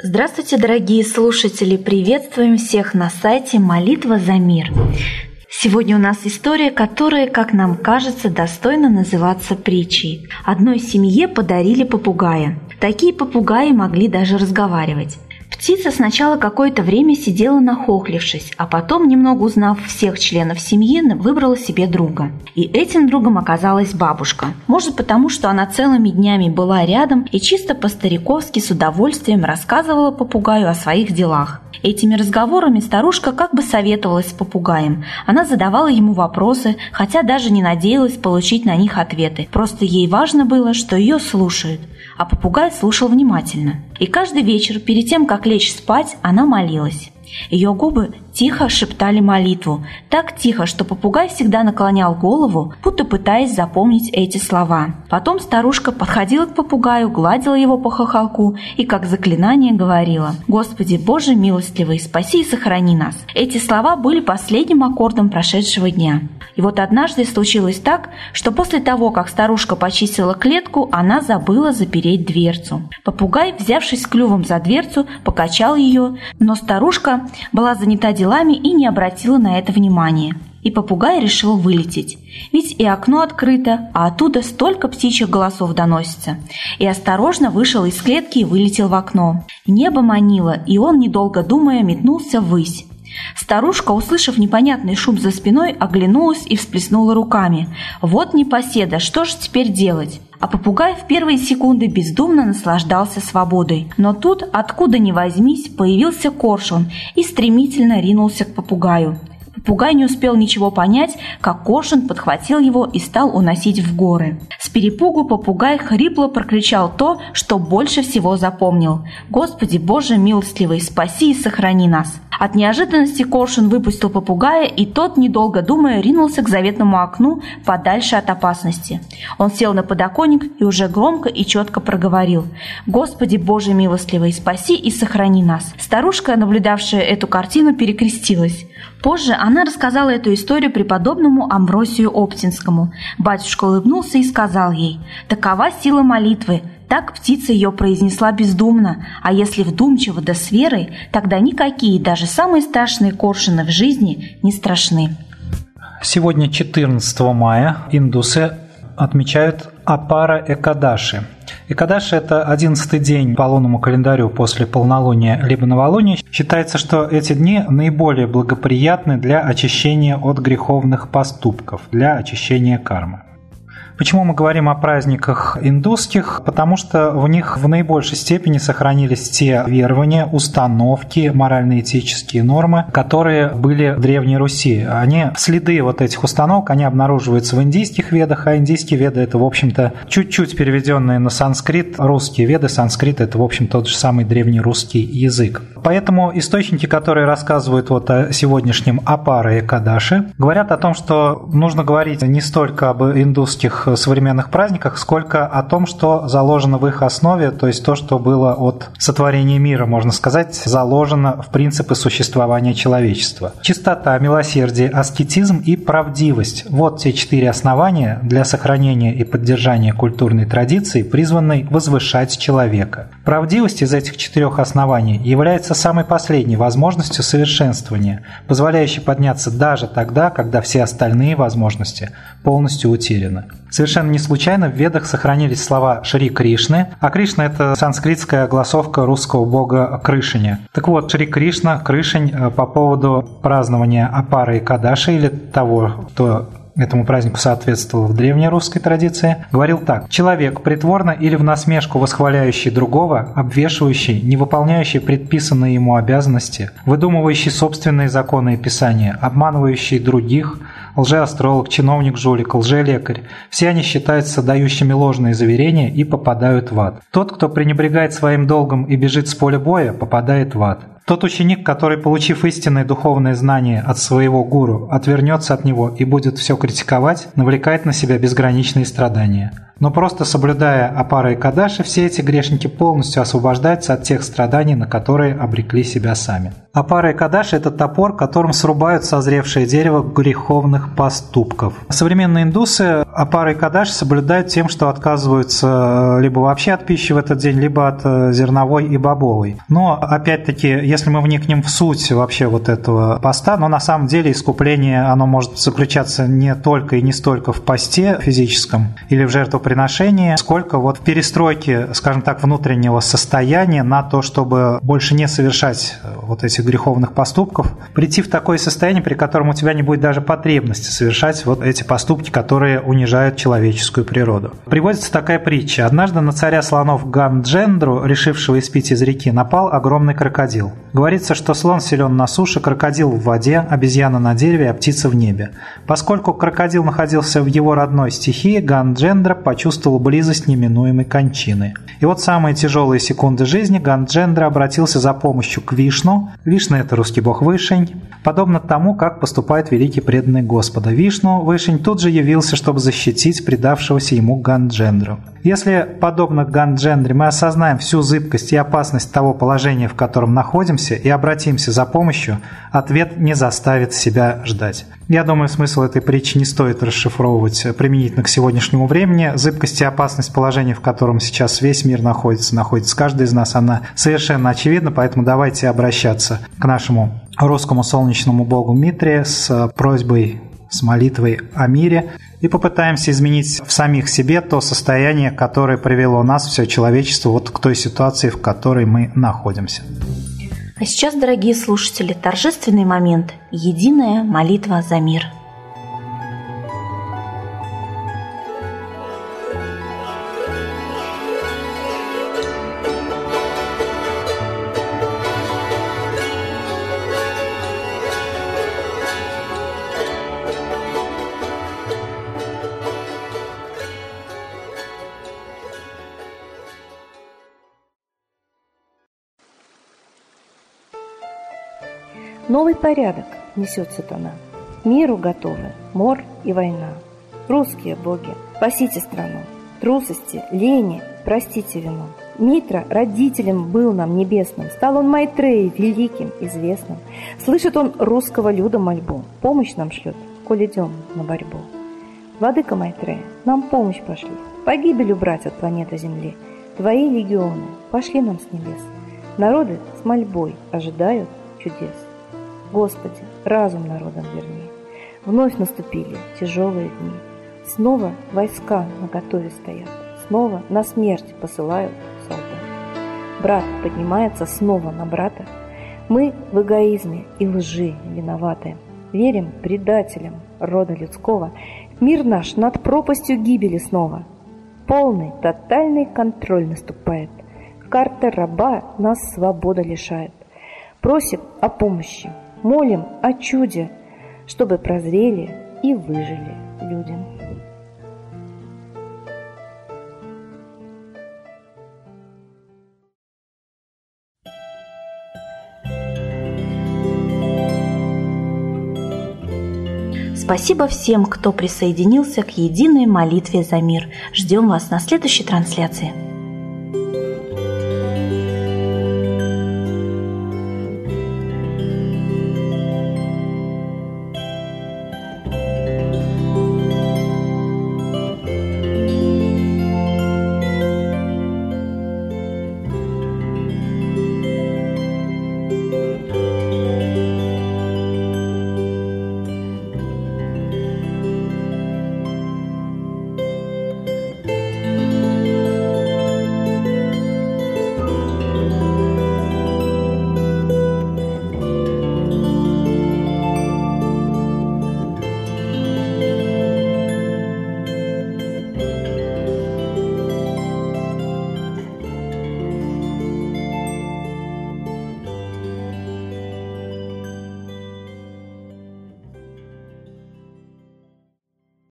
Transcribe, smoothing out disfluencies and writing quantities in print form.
Здравствуйте, дорогие слушатели! Приветствуем всех на сайте «Молитва за мир». Сегодня у нас история, которая, как нам кажется, достойна называться притчей. Одной семье подарили попугая. Такие попугаи могли даже разговаривать. Птица сначала какое-то время сидела нахохлившись, а потом, немного узнав всех членов семьи, выбрала себе друга. И этим другом оказалась бабушка. Может, потому что она целыми днями была рядом и чисто по-стариковски с удовольствием рассказывала попугаю о своих делах. Этими разговорами старушка как бы советовалась с попугаем. Она задавала ему вопросы, хотя даже не надеялась получить на них ответы. Просто ей важно было, что ее слушают. А попугай слушал внимательно. И каждый вечер, перед тем, как лечь спать, она молилась. Ее губы тихо шептали молитву, так тихо, что попугай всегда наклонял голову, будто пытаясь запомнить эти слова. Потом старушка подходила к попугаю, гладила его по хохолку и как заклинание говорила: «Господи, Боже милостливый, спаси и сохрани нас». Эти слова были последним аккордом прошедшего дня. И вот однажды случилось так, что после того, как старушка почистила клетку, она забыла запереть дверцу. Попугай, взявшись клювом за дверцу, покачал ее, но старушка была занята делами и не обратила на это внимания. И попугай решил вылететь. Ведь и окно открыто, а оттуда столько птичьих голосов доносится. И осторожно вышел из клетки и вылетел в окно. Небо манило, и он, недолго думая, метнулся ввысь. Старушка, услышав непонятный шум за спиной, оглянулась и всплеснула руками. Вот непоседа, что же теперь делать? А попугай в первые секунды бездумно наслаждался свободой. Но тут, откуда ни возьмись, появился коршун и стремительно ринулся к попугаю. Попугай не успел ничего понять, как коршун подхватил его и стал уносить в горы. С перепугу попугай хрипло прокричал то, что больше всего запомнил: «Господи, Боже милостливый, спаси и сохрани нас». От неожиданности коршун выпустил попугая, и тот, недолго думая, ринулся к заветному окну подальше от опасности. Он сел на подоконник и уже громко и четко проговорил: «Господи, Боже милостливый, спаси и сохрани нас». Старушка, наблюдавшая эту картину, перекрестилась. Позже она рассказала эту историю преподобному Амвросию Оптинскому. Батюшка улыбнулся и сказал ей: «Такова сила молитвы. Так птица ее произнесла бездумно, а если вдумчиво да с верой, тогда никакие, даже самые страшные коршуны в жизни не страшны». Сегодня, 14 мая, индусы отмечают Апара Экадаши. Экадаши – это 11-й день по лунному календарю после полнолуния либо новолуния. Считается, что эти дни наиболее благоприятны для очищения от греховных поступков, для очищения кармы. Почему мы говорим о праздниках индусских? Потому что в них в наибольшей степени сохранились те верования, установки, морально-этические нормы, которые были в Древней Руси. Следы вот этих установок, они обнаруживаются в индийских ведах, а индийские веды – это, в общем-то, чуть-чуть переведенные на санскрит. Русские веды, санскрит – это, в общем, тот же самый древнерусский язык. Поэтому источники, которые рассказывают вот о сегодняшнем Апара Экадаши, говорят о том, что нужно говорить не столько об индусских современных праздниках, сколько о том, что заложено в их основе, то есть то, что было от сотворения мира, можно сказать, заложено в принципы существования человечества. Чистота, милосердие, аскетизм и правдивость – вот те 4 основания для сохранения и поддержания культурной традиции, призванной возвышать человека. Правдивость из этих 4 оснований является самой последней возможностью совершенствования, позволяющей подняться даже тогда, когда все остальные возможности полностью утеряны. Совершенно не случайно в Ведах сохранились слова Шри Кришны, а Кришна – это санскритская огласовка русского бога Крышиня. Так вот, Шри Кришна, Крышень, по поводу празднования Апары Экадаши или того, кто этому празднику соответствовал в древнерусской традиции, говорил так: «Человек, притворно или в насмешку восхваляющий другого, обвешивающий, не выполняющий предписанные ему обязанности, выдумывающий собственные законы и писания, обманывающий других, лжеастролог, чиновник-жулик, лжелекарь, все они считаются дающими ложные заверения и попадают в ад. Тот, кто пренебрегает своим долгом и бежит с поля боя, попадает в ад. Тот ученик, который, получив истинное духовное знание от своего гуру, отвернется от него и будет все критиковать, навлекает на себя безграничные страдания. Но просто соблюдая апара экадаши, все эти грешники полностью освобождаются от тех страданий, на которые обрекли себя сами. Апара экадаши – это топор, которым срубают созревшее дерево греховных поступков. Современные индусы апара экадаши соблюдают тем, что отказываются либо вообще от пищи в этот день, либо от зерновой и бобовой. Но, опять-таки, если мы вникнем в суть вообще вот этого поста, но на самом деле искупление, оно может заключаться не только и не столько в посте физическом или в жертвоприношении, сколько вот в перестройке, скажем так, внутреннего состояния на то, чтобы больше не совершать вот этих греховных поступков, прийти в такое состояние, при котором у тебя не будет даже потребности совершать вот эти поступки, которые унижают человеческую природу. Приводится такая притча. Однажды на царя слонов Ганджендру, решившего испить из реки, напал огромный крокодил. Говорится, что слон силен на суше, крокодил в воде, обезьяна на дереве, а птица в небе. Поскольку крокодил находился в его родной стихии, Ганджендра почувствовал близость неминуемой кончины. И вот самые тяжелые секунды жизни Ганджендра обратился за помощью к Вишну. Вишну – это русский бог Вышень. Подобно тому, как поступает великий преданный Господа Вишну, Вышень тут же явился, чтобы защитить предавшегося ему Ганджендру. Если, подобно Ганджендре, мы осознаем всю зыбкость и опасность того положения, в котором находимся, и обратимся за помощью, ответ не заставит себя ждать. Я думаю, смысл этой притчи не стоит расшифровывать применительно к сегодняшнему времени. Зыбкость и опасность положения, в котором сейчас весь мир находится каждый из нас, она совершенно очевидна, поэтому давайте обращаться к нашему русскому солнечному богу Митре с просьбой, с молитвой о мире и попытаемся изменить в самих себе то состояние, которое привело нас, все человечество, вот к той ситуации, в которой мы находимся. А сейчас, дорогие слушатели, торжественный момент – единая молитва за мир. Новый порядок несет сатана. Миру готовы мор и война. Русские боги, спасите страну. Трусости, лени, простите вину. Митра родителем был нам небесным, стал он Майтреей великим, известным. Слышит он русского люда мольбу, помощь нам шлет, коль идем на борьбу. Владыка Майтрея, нам помощь пошли, погибель убрать от планеты Земли. Твои легионы пошли нам с небес. Народы с мольбой ожидают чудес. Господи, разум народам верни. Вновь наступили тяжелые дни. Снова войска наготове стоят. Снова на смерть посылают солдат. Брат поднимается снова на брата. Мы в эгоизме и лжи виноваты. Верим предателям рода людского. Мир наш над пропастью гибели снова. Полный, тотальный контроль наступает. Карта раба нас свобода лишает. Просим о помощи. Молим о чуде, чтобы прозрели и выжили люди. Спасибо всем, кто присоединился к единой молитве за мир. Ждем вас на следующей трансляции.